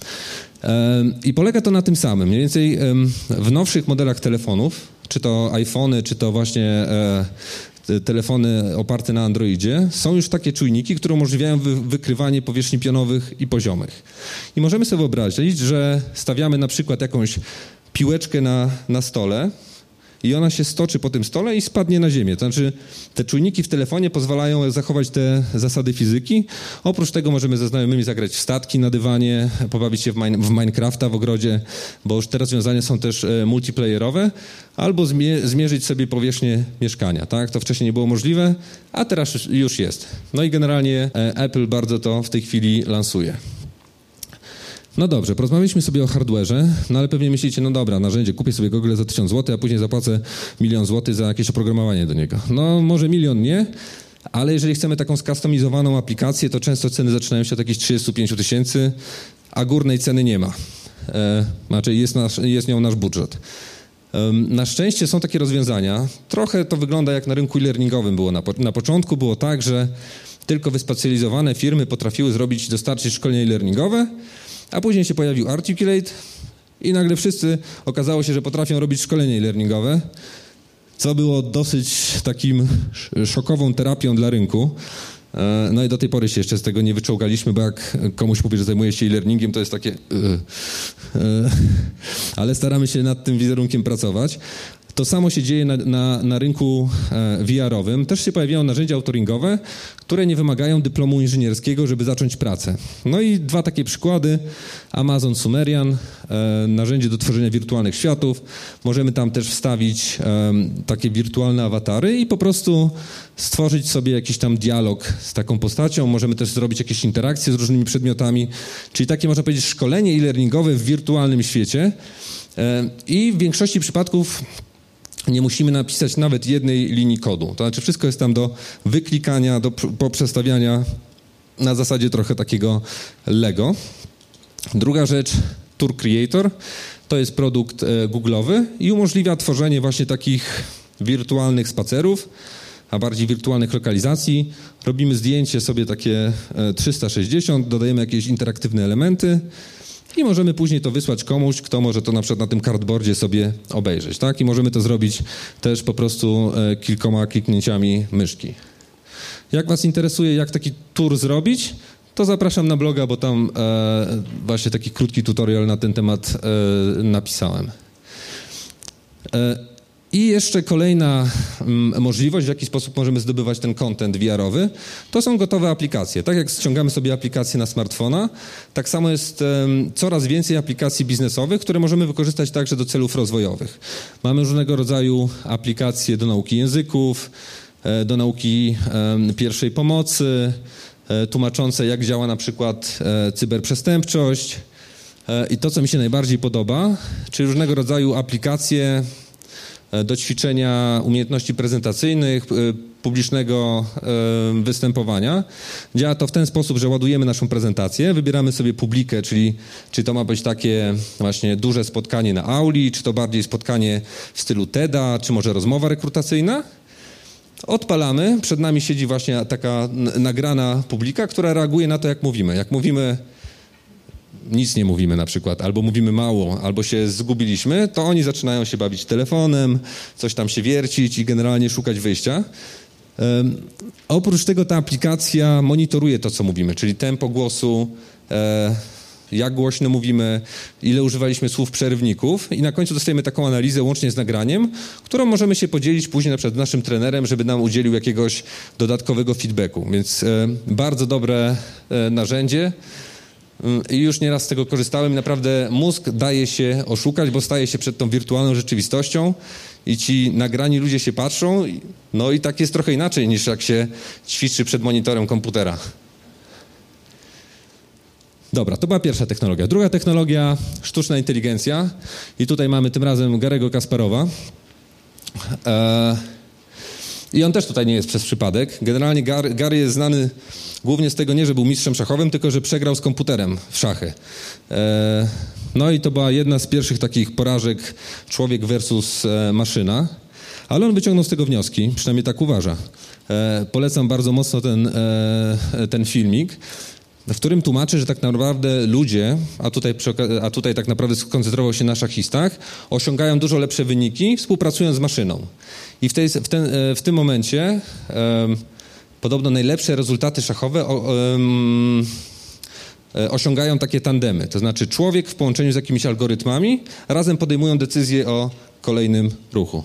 E, I polega to na tym samym. Mniej więcej e, w nowszych modelach telefonów, czy to iPhony, czy to właśnie e, telefony oparte na Androidzie, są już takie czujniki, które umożliwiają wy, wykrywanie powierzchni pionowych i poziomych. I możemy sobie wyobrazić, że stawiamy na przykład jakąś piłeczkę na, na stole, i ona się stoczy po tym stole i spadnie na ziemię. To znaczy te czujniki w telefonie pozwalają zachować te zasady fizyki. Oprócz tego możemy ze znajomymi zagrać w statki na dywanie, pobawić się w, mine, w Minecrafta w ogrodzie, bo już te rozwiązania są też e, multiplayerowe, albo zmie, zmierzyć sobie powierzchnię mieszkania. Tak? To wcześniej nie było możliwe, a teraz już jest. No i generalnie e, Apple bardzo to w tej chwili lansuje. No dobrze, porozmawialiśmy sobie o hardware'ze, no ale pewnie myślicie, no dobra, narzędzie, kupię sobie Google za tysiąc złotych, a później zapłacę milion złotych za jakieś oprogramowanie do niego. No może milion nie, ale jeżeli chcemy taką skustomizowaną aplikację, to często ceny zaczynają się od jakichś trzydzieści pięć tysięcy, a górnej ceny nie ma. E, znaczy jest, nasz, jest nią nasz budżet. E, na szczęście są takie rozwiązania. Trochę to wygląda jak na rynku e-learningowym było. Na, po, na początku było tak, że tylko wyspecjalizowane firmy potrafiły zrobić, dostarczyć szkolenia e-learningowe, a później się pojawił Articulate i nagle wszyscy okazało się, że potrafią robić szkolenie e-learningowe, co było dosyć takim szokową terapią dla rynku. No i do tej pory się jeszcze z tego nie wyczołgaliśmy, bo jak komuś mówi, że zajmuje się e-learningiem, to jest takie... Yy, yy, ale staramy się nad tym wizerunkiem pracować. To samo się dzieje na, na, na rynku e, V R-owym. Też się pojawiają narzędzia autoringowe, które nie wymagają dyplomu inżynierskiego, żeby zacząć pracę. No i dwa takie przykłady. Amazon Sumerian, e, narzędzie do tworzenia wirtualnych światów. Możemy tam też wstawić e, takie wirtualne awatary i po prostu stworzyć sobie jakiś tam dialog z taką postacią. Możemy też zrobić jakieś interakcje z różnymi przedmiotami. Czyli takie, można powiedzieć, szkolenie e-learningowe w wirtualnym świecie. E, I w większości przypadków nie musimy napisać nawet jednej linii kodu. To znaczy wszystko jest tam do wyklikania, do poprzestawiania na zasadzie trochę takiego Lego. Druga rzecz, Tour Creator, to jest produkt e, Google'owy i umożliwia tworzenie właśnie takich wirtualnych spacerów, a bardziej wirtualnych lokalizacji. Robimy zdjęcie sobie takie e, trzysta sześćdziesiąt, dodajemy jakieś interaktywne elementy, i możemy później to wysłać komuś, kto może to na przykład na tym cardboardzie sobie obejrzeć, tak? I możemy to zrobić też po prostu e, kilkoma kliknięciami myszki. Jak was interesuje, jak taki tour zrobić, to zapraszam na bloga, bo tam e, właśnie taki krótki tutorial na ten temat e, napisałem. E, I jeszcze kolejna mm, możliwość, w jaki sposób możemy zdobywać ten content V R-owy, to są gotowe aplikacje. Tak jak ściągamy sobie aplikacje na smartfona, tak samo jest um, coraz więcej aplikacji biznesowych, które możemy wykorzystać także do celów rozwojowych. Mamy różnego rodzaju aplikacje do nauki języków, e, do nauki e, pierwszej pomocy, e, tłumaczące, jak działa na przykład e, cyberprzestępczość. E, I to, co mi się najbardziej podoba, czyli różnego rodzaju aplikacje do ćwiczenia umiejętności prezentacyjnych, publicznego występowania. Działa to w ten sposób, że ładujemy naszą prezentację, wybieramy sobie publikę, czyli czy to ma być takie właśnie duże spotkanie na auli, czy to bardziej spotkanie w stylu TED-a, czy może rozmowa rekrutacyjna. Odpalamy, przed nami siedzi właśnie taka nagrana publika, która reaguje na to, jak mówimy. Jak mówimy nic nie mówimy na przykład, albo mówimy mało, albo się zgubiliśmy, to oni zaczynają się bawić telefonem, coś tam się wiercić i generalnie szukać wyjścia. Oprócz tego ta aplikacja monitoruje to, co mówimy, czyli tempo głosu, jak głośno mówimy, ile używaliśmy słów przerywników i na końcu dostajemy taką analizę łącznie z nagraniem, którą możemy się podzielić później na przykład z naszym trenerem, żeby nam udzielił jakiegoś dodatkowego feedbacku. Więc e, bardzo dobre e, narzędzie i już nieraz z tego korzystałem i naprawdę mózg daje się oszukać, bo staje się przed tą wirtualną rzeczywistością i ci nagrani ludzie się patrzą, no i tak jest trochę inaczej niż jak się ćwiczy przed monitorem komputera. Dobra, to była pierwsza technologia. Druga technologia, sztuczna inteligencja. I tutaj mamy tym razem Gary'ego Kasparowa. Eee, I on też tutaj nie jest przez przypadek. Generalnie Gary, Gary jest znany głównie z tego nie, że był mistrzem szachowym, tylko że przegrał z komputerem w szachy. Eee, no i to była jedna z pierwszych takich porażek człowiek versus e, maszyna. Ale on wyciągnął z tego wnioski, przynajmniej tak uważa. Eee, polecam bardzo mocno ten, e, ten filmik, w którym tłumaczy, że tak naprawdę ludzie, a tutaj, a tutaj tak naprawdę skoncentrował się na szachistach, osiągają dużo lepsze wyniki współpracując z maszyną. I w, tej, w, ten, w tym momencie um, podobno najlepsze rezultaty szachowe um, osiągają takie tandemy. To znaczy człowiek w połączeniu z jakimiś algorytmami razem podejmują decyzję o kolejnym ruchu.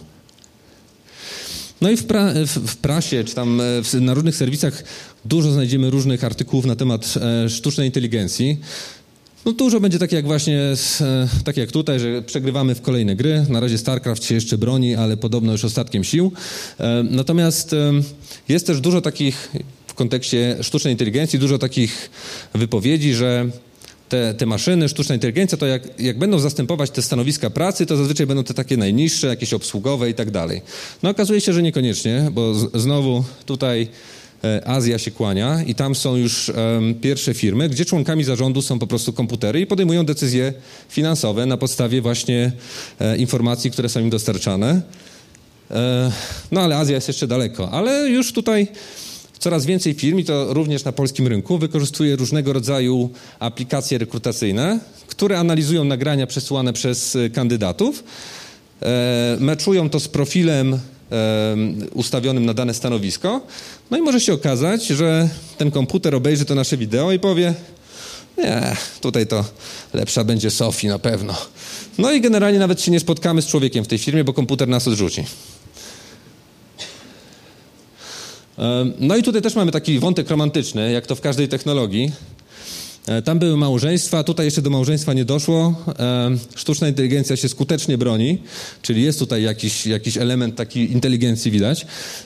No i w, pra, w, w prasie, czy tam w, na różnych serwisach dużo znajdziemy różnych artykułów na temat e, sztucznej inteligencji. No dużo będzie tak jak właśnie, e, tak jak tutaj, że przegrywamy w kolejne gry. Na razie StarCraft się jeszcze broni, ale podobno już ostatkiem sił. E, natomiast e, jest też dużo takich, w kontekście sztucznej inteligencji, dużo takich wypowiedzi, że Te, te maszyny, sztuczna inteligencja, to jak, jak będą zastępować te stanowiska pracy, to zazwyczaj będą te takie najniższe, jakieś obsługowe i tak dalej. No okazuje się, że niekoniecznie, bo z, znowu tutaj e, Azja się kłania i tam są już e, pierwsze firmy, gdzie członkami zarządu są po prostu komputery i podejmują decyzje finansowe na podstawie właśnie e, informacji, które są im dostarczane. E, no ale Azja jest jeszcze daleko, ale już tutaj coraz więcej firm, i to również na polskim rynku, wykorzystuje różnego rodzaju aplikacje rekrutacyjne, które analizują nagrania przesyłane przez kandydatów, e, meczują to z profilem e, ustawionym na dane stanowisko, no i może się okazać, że ten komputer obejrzy to nasze wideo i powie: nie, tutaj to lepsza będzie Sofii na pewno. No i generalnie nawet się nie spotkamy z człowiekiem w tej firmie, bo komputer nas odrzuci. No i tutaj też mamy taki wątek romantyczny, jak to w każdej technologii. Tam były małżeństwa, tutaj jeszcze do małżeństwa nie doszło. Sztuczna inteligencja się skutecznie broni, czyli jest tutaj jakiś, jakiś element takiej inteligencji widać.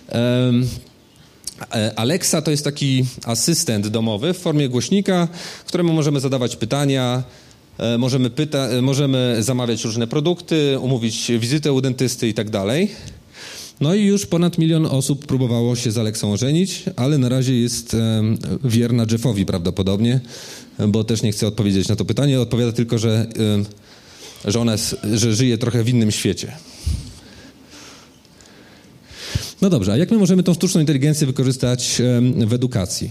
Alexa to jest taki asystent domowy w formie głośnika, któremu możemy zadawać pytania, możemy, pyta, możemy zamawiać różne produkty, umówić wizytę u dentysty i tak dalej. No i już ponad milion osób próbowało się z Alexą ożenić, ale na razie jest e, wierna Jeffowi prawdopodobnie, bo też nie chce odpowiedzieć na to pytanie. Odpowiada tylko, że, e, że ona jest, że żyje trochę w innym świecie. No dobrze, a jak my możemy tą sztuczną inteligencję wykorzystać e, w edukacji?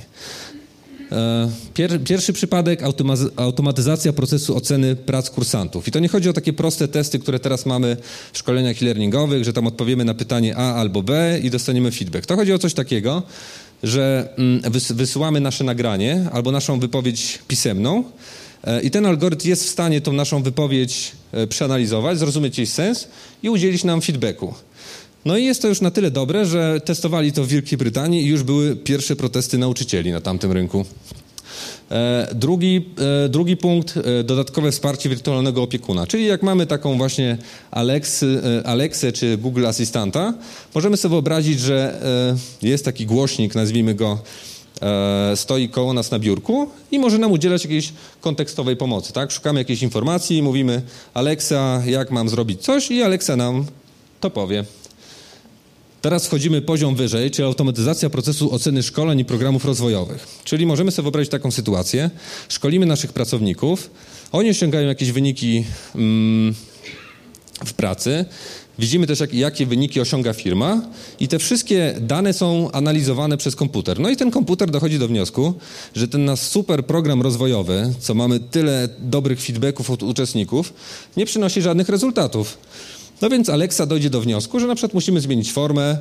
Pier, pierwszy przypadek, automa- automatyzacja procesu oceny prac kursantów. I to nie chodzi o takie proste testy, które teraz mamy w szkoleniach e-learningowych, że tam odpowiemy na pytanie A albo B i dostaniemy feedback. To chodzi o coś takiego, że wys- wysyłamy nasze nagranie albo naszą wypowiedź pisemną i ten algorytm jest w stanie tą naszą wypowiedź przeanalizować, zrozumieć jej sens i udzielić nam feedbacku. No i jest to już na tyle dobre, że testowali to w Wielkiej Brytanii i już były pierwsze protesty nauczycieli na tamtym rynku. E, drugi, e, drugi punkt, e, dodatkowe wsparcie wirtualnego opiekuna. Czyli jak mamy taką właśnie Alexy, e, Alexę czy Google Asystanta, możemy sobie wyobrazić, że e, jest taki głośnik, nazwijmy go, e, stoi koło nas na biurku i może nam udzielać jakiejś kontekstowej pomocy. Tak? Szukamy jakiejś informacji i mówimy: Alexa, jak mam zrobić coś? I Alexa nam to powie. Teraz wchodzimy poziom wyżej, czyli automatyzacja procesu oceny szkoleń i programów rozwojowych. Czyli możemy sobie wyobrazić taką sytuację, szkolimy naszych pracowników, oni osiągają jakieś wyniki mm, w pracy, widzimy też, jak, jakie wyniki osiąga firma i te wszystkie dane są analizowane przez komputer. No i ten komputer dochodzi do wniosku, że ten nasz super program rozwojowy, co mamy tyle dobrych feedbacków od uczestników, nie przynosi żadnych rezultatów. No więc Alexa dojdzie do wniosku, że na przykład musimy zmienić formę,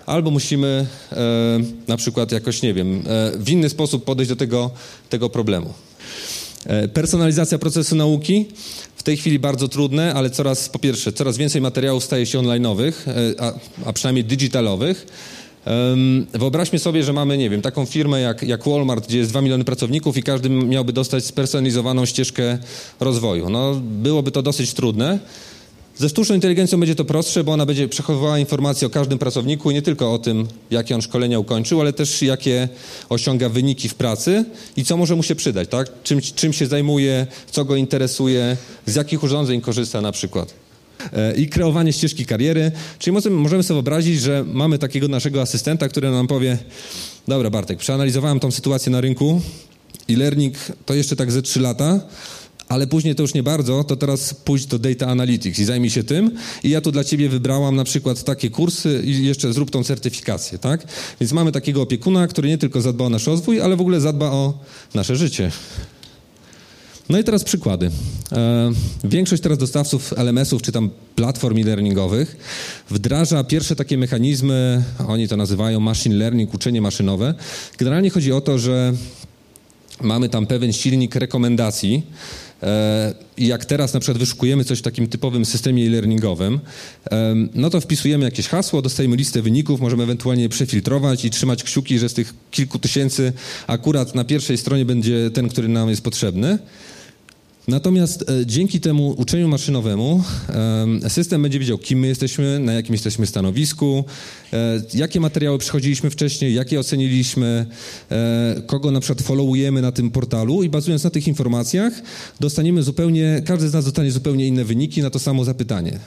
albo musimy e, na przykład jakoś, nie wiem, e, w inny sposób podejść do tego, tego problemu. E, personalizacja procesu nauki. W tej chwili bardzo trudne, ale coraz, po pierwsze, coraz więcej materiałów staje się online'owych, a, a przynajmniej digitalowych. Um, wyobraźmy sobie, że mamy, nie wiem, taką firmę jak, jak Walmart, gdzie jest dwa miliony pracowników i każdy miałby dostać spersonalizowaną ścieżkę rozwoju. No, byłoby to dosyć trudne. Ze sztuczną inteligencją będzie to prostsze, bo ona będzie przechowywała informacje o każdym pracowniku i nie tylko o tym, jakie on szkolenia ukończył, ale też jakie osiąga wyniki w pracy i co może mu się przydać, tak? Czym, czym się zajmuje, co go interesuje, z jakich urządzeń korzysta na przykład. I kreowanie ścieżki kariery, czyli możemy, możemy sobie wyobrazić, że mamy takiego naszego asystenta, który nam powie: dobra Bartek, przeanalizowałem tą sytuację na rynku, e-learning to jeszcze tak ze trzy lata, ale później to już nie bardzo, to teraz pójdź do Data Analytics i zajmij się tym i ja tu dla ciebie wybrałam na przykład takie kursy i jeszcze zrób tą certyfikację, tak? Więc mamy takiego opiekuna, który nie tylko zadba o nasz rozwój, ale w ogóle zadba o nasze życie. No i teraz przykłady. E, większość teraz dostawców L M S-ów czy tam platform e-learningowych wdraża pierwsze takie mechanizmy, oni to nazywają machine learning, uczenie maszynowe. Generalnie chodzi o to, że mamy tam pewien silnik rekomendacji e, i jak teraz na przykład wyszukujemy coś w takim typowym systemie e-learningowym, e, no to wpisujemy jakieś hasło, dostajemy listę wyników, możemy ewentualnie je przefiltrować i trzymać kciuki, że z tych kilku tysięcy akurat na pierwszej stronie będzie ten, który nam jest potrzebny. Natomiast e, dzięki temu uczeniu maszynowemu e, system będzie wiedział, kim my jesteśmy, na jakim jesteśmy stanowisku, e, jakie materiały przechodziliśmy wcześniej, jakie oceniliśmy, e, kogo na przykład followujemy na tym portalu i bazując na tych informacjach dostaniemy zupełnie, każdy z nas dostanie zupełnie inne wyniki na to samo zapytanie.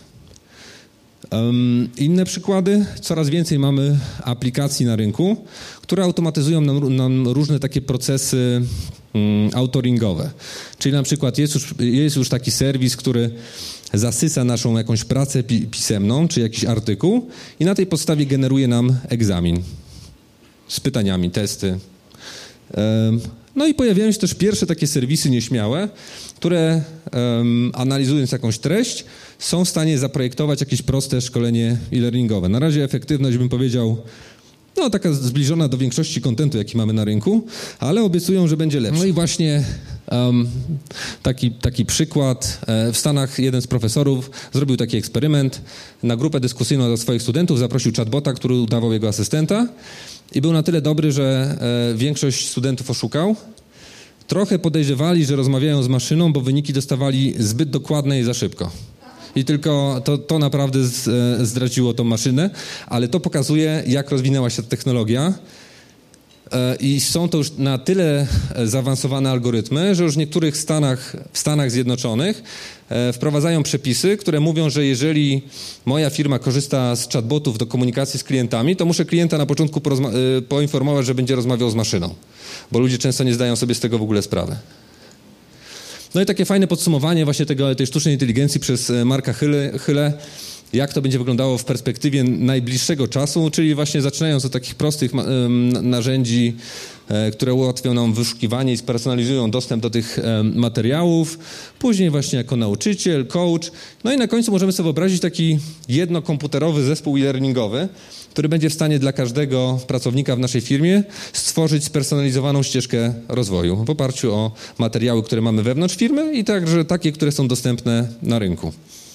Um, inne przykłady, coraz więcej mamy aplikacji na rynku, które automatyzują nam, nam różne takie procesy um, autoringowe. Czyli na przykład jest już, jest już taki serwis, który zasysa naszą jakąś pracę pi- pisemną, czy jakiś artykuł i na tej podstawie generuje nam egzamin z pytaniami, testy. Um, no i pojawiają się też pierwsze takie serwisy nieśmiałe, które um, analizując jakąś treść są w stanie zaprojektować jakieś proste szkolenie e-learningowe. Na razie efektywność, bym powiedział, no taka zbliżona do większości kontentu, jaki mamy na rynku, ale obiecują, że będzie lepszy. No i właśnie um, taki, taki przykład. W Stanach jeden z profesorów zrobił taki eksperyment. Na grupę dyskusyjną dla swoich studentów zaprosił chatbota, który udawał jego asystenta i był na tyle dobry, że e, większość studentów oszukał. Trochę podejrzewali, że rozmawiają z maszyną, bo wyniki dostawali zbyt dokładne i za szybko. I tylko to, to naprawdę z, e, zdradziło tą maszynę, ale to pokazuje, jak rozwinęła się ta technologia e, i są to już na tyle zaawansowane algorytmy, że już w niektórych stanach, w Stanach Zjednoczonych e, wprowadzają przepisy, które mówią, że jeżeli moja firma korzysta z chatbotów do komunikacji z klientami, to muszę klienta na początku porozma- e, poinformować, że będzie rozmawiał z maszyną, bo ludzie często nie zdają sobie z tego w ogóle sprawy. No i takie fajne podsumowanie właśnie tego, tej sztucznej inteligencji przez Marka Hyle, Hyle, jak to będzie wyglądało w perspektywie najbliższego czasu, czyli właśnie zaczynając od takich prostych um, narzędzi, e, które ułatwią nam wyszukiwanie i spersonalizują dostęp do tych e, materiałów, później właśnie jako nauczyciel, coach, no i na końcu możemy sobie wyobrazić taki jednokomputerowy zespół e-learningowy, który będzie w stanie dla każdego pracownika w naszej firmie stworzyć spersonalizowaną ścieżkę rozwoju w oparciu o materiały, które mamy wewnątrz firmy i także takie, które są dostępne na rynku.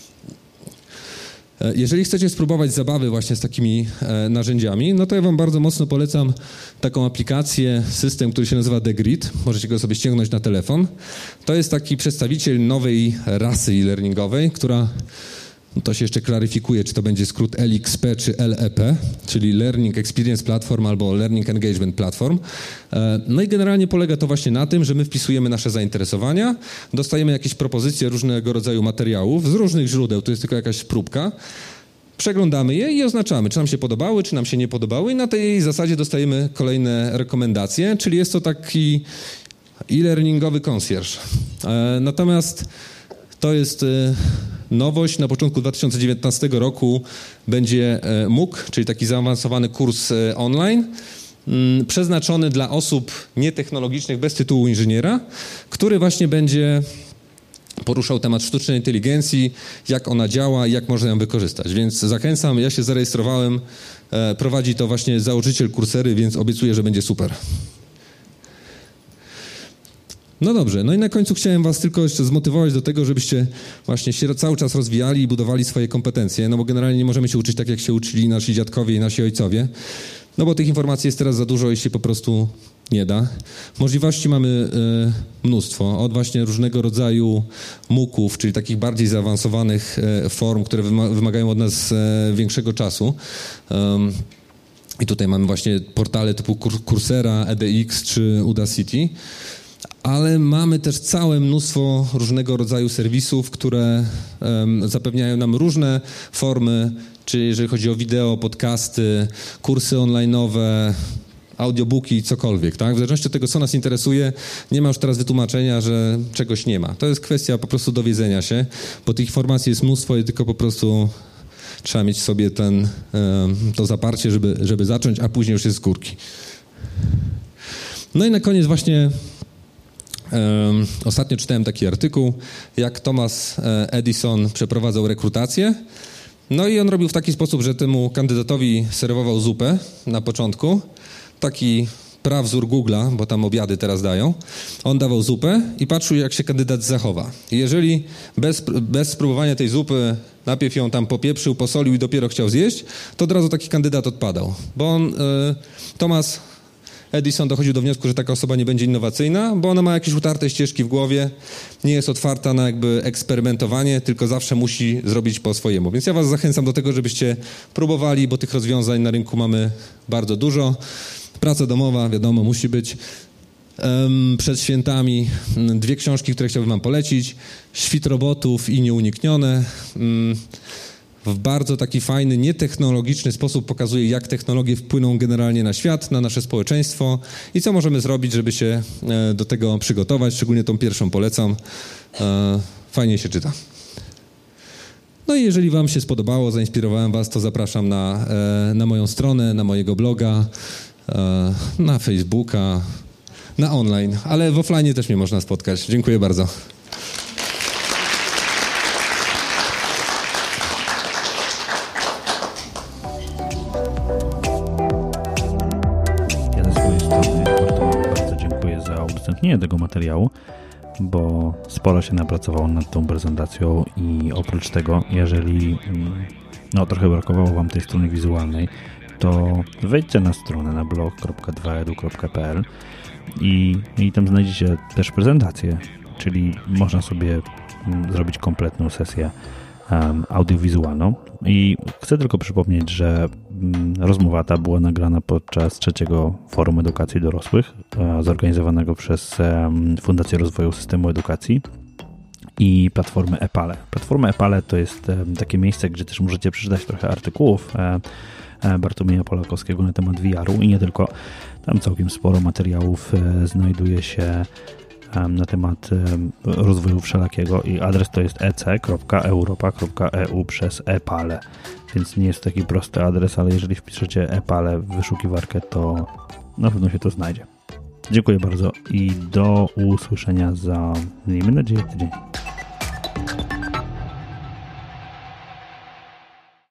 Jeżeli chcecie spróbować zabawy właśnie z takimi e, narzędziami, no to ja wam bardzo mocno polecam taką aplikację, system, który się nazywa The Grid. Możecie go sobie ściągnąć na telefon. To jest taki przedstawiciel nowej rasy e-learningowej, która, no to się jeszcze klaryfikuje, czy to będzie skrót L X P czy L E P, czyli Learning Experience Platform albo Learning Engagement Platform. No i generalnie polega to właśnie na tym, że my wpisujemy nasze zainteresowania, dostajemy jakieś propozycje różnego rodzaju materiałów z różnych źródeł, to jest tylko jakaś próbka, przeglądamy je i oznaczamy, czy nam się podobały, czy nam się nie podobały i na tej zasadzie dostajemy kolejne rekomendacje, czyli jest to taki e-learningowy concierge. Natomiast to jest nowość. Na początku dwa tysiące dziewiętnastego roku będzie M O O C, czyli taki zaawansowany kurs online, przeznaczony dla osób nietechnologicznych bez tytułu inżyniera, który właśnie będzie poruszał temat sztucznej inteligencji, jak ona działa i jak można ją wykorzystać. Więc zachęcam, ja się zarejestrowałem, e, prowadzi to właśnie założyciel Coursera, więc obiecuję, że będzie super. No dobrze, no i na końcu chciałem was tylko jeszcze zmotywować do tego, żebyście właśnie się cały czas rozwijali i budowali swoje kompetencje, no bo generalnie nie możemy się uczyć tak, jak się uczyli nasi dziadkowie i nasi ojcowie, no bo tych informacji jest teraz za dużo i się po prostu nie da. Możliwości mamy y, mnóstwo, od właśnie różnego rodzaju muków, czyli takich bardziej zaawansowanych y, form, które wyma- wymagają od nas y, większego czasu. Um, I tutaj mamy właśnie portale typu Coursera, E D X czy Udacity. Ale mamy też całe mnóstwo różnego rodzaju serwisów, które um, zapewniają nam różne formy, czy jeżeli chodzi o wideo, podcasty, kursy online'owe, audiobooki, cokolwiek, tak? W zależności od tego, co nas interesuje, nie ma już teraz wytłumaczenia, że czegoś nie ma. To jest kwestia po prostu dowiedzenia się, bo tych informacji jest mnóstwo i tylko po prostu trzeba mieć sobie ten, um, to zaparcie, żeby, żeby zacząć, a później już jest z górki. No i na koniec właśnie Um, ostatnio czytałem taki artykuł, jak Thomas Edison przeprowadzał rekrutację. No i on robił w taki sposób, że temu kandydatowi serwował zupę na początku. Taki prawzór Google'a, bo tam obiady teraz dają. On dawał zupę i patrzył, jak się kandydat zachowa. I jeżeli bez, bez spróbowania tej zupy najpierw ją tam popieprzył, posolił i dopiero chciał zjeść, to od razu taki kandydat odpadał. Bo on, y, Thomas Edison dochodził do wniosku, że taka osoba nie będzie innowacyjna, bo ona ma jakieś utarte ścieżki w głowie, nie jest otwarta na jakby eksperymentowanie, tylko zawsze musi zrobić po swojemu. Więc ja was zachęcam do tego, żebyście próbowali, bo tych rozwiązań na rynku mamy bardzo dużo. Praca domowa, wiadomo, musi być. Um, przed świętami dwie książki, które chciałbym wam polecić. Świt robotów i Nieuniknione. Um, w bardzo taki fajny, nietechnologiczny sposób pokazuje, jak technologie wpłyną generalnie na świat, na nasze społeczeństwo i co możemy zrobić, żeby się do tego przygotować. Szczególnie tą pierwszą polecam. Fajnie się czyta. No i jeżeli wam się spodobało, zainspirowałem was, to zapraszam na, na moją stronę, na mojego bloga, na Facebooka, na online, ale w offline też mnie można spotkać. Dziękuję bardzo. Nie tego materiału, bo sporo się napracowało nad tą prezentacją i oprócz tego, jeżeli no, trochę brakowało wam tej strony wizualnej, to wejdźcie na stronę na blog kropka dwa edu kropka pe el i, i tam znajdziecie też prezentację, czyli można sobie zrobić kompletną sesję um, audiowizualną i chcę tylko przypomnieć, że um, rozmowa ta była nagrana podczas trzeciego Forum Edukacji Dorosłych uh, zorganizowanego przez um, Fundację Rozwoju Systemu Edukacji i platformę Epale. Platforma Epale to jest um, takie miejsce, gdzie też możecie przeczytać trochę artykułów um, Bartłomieja Polakowskiego na temat V R-u i nie tylko. Tam całkiem sporo materiałów um, znajduje się na temat rozwoju wszelakiego i adres to jest e c kropka europa kropka e u przez Epale, więc nie jest taki prosty adres, ale jeżeli wpiszecie Epale w wyszukiwarkę, to na pewno się to znajdzie. Dziękuję bardzo i do usłyszenia za, miejmy nadzieję, tydzień.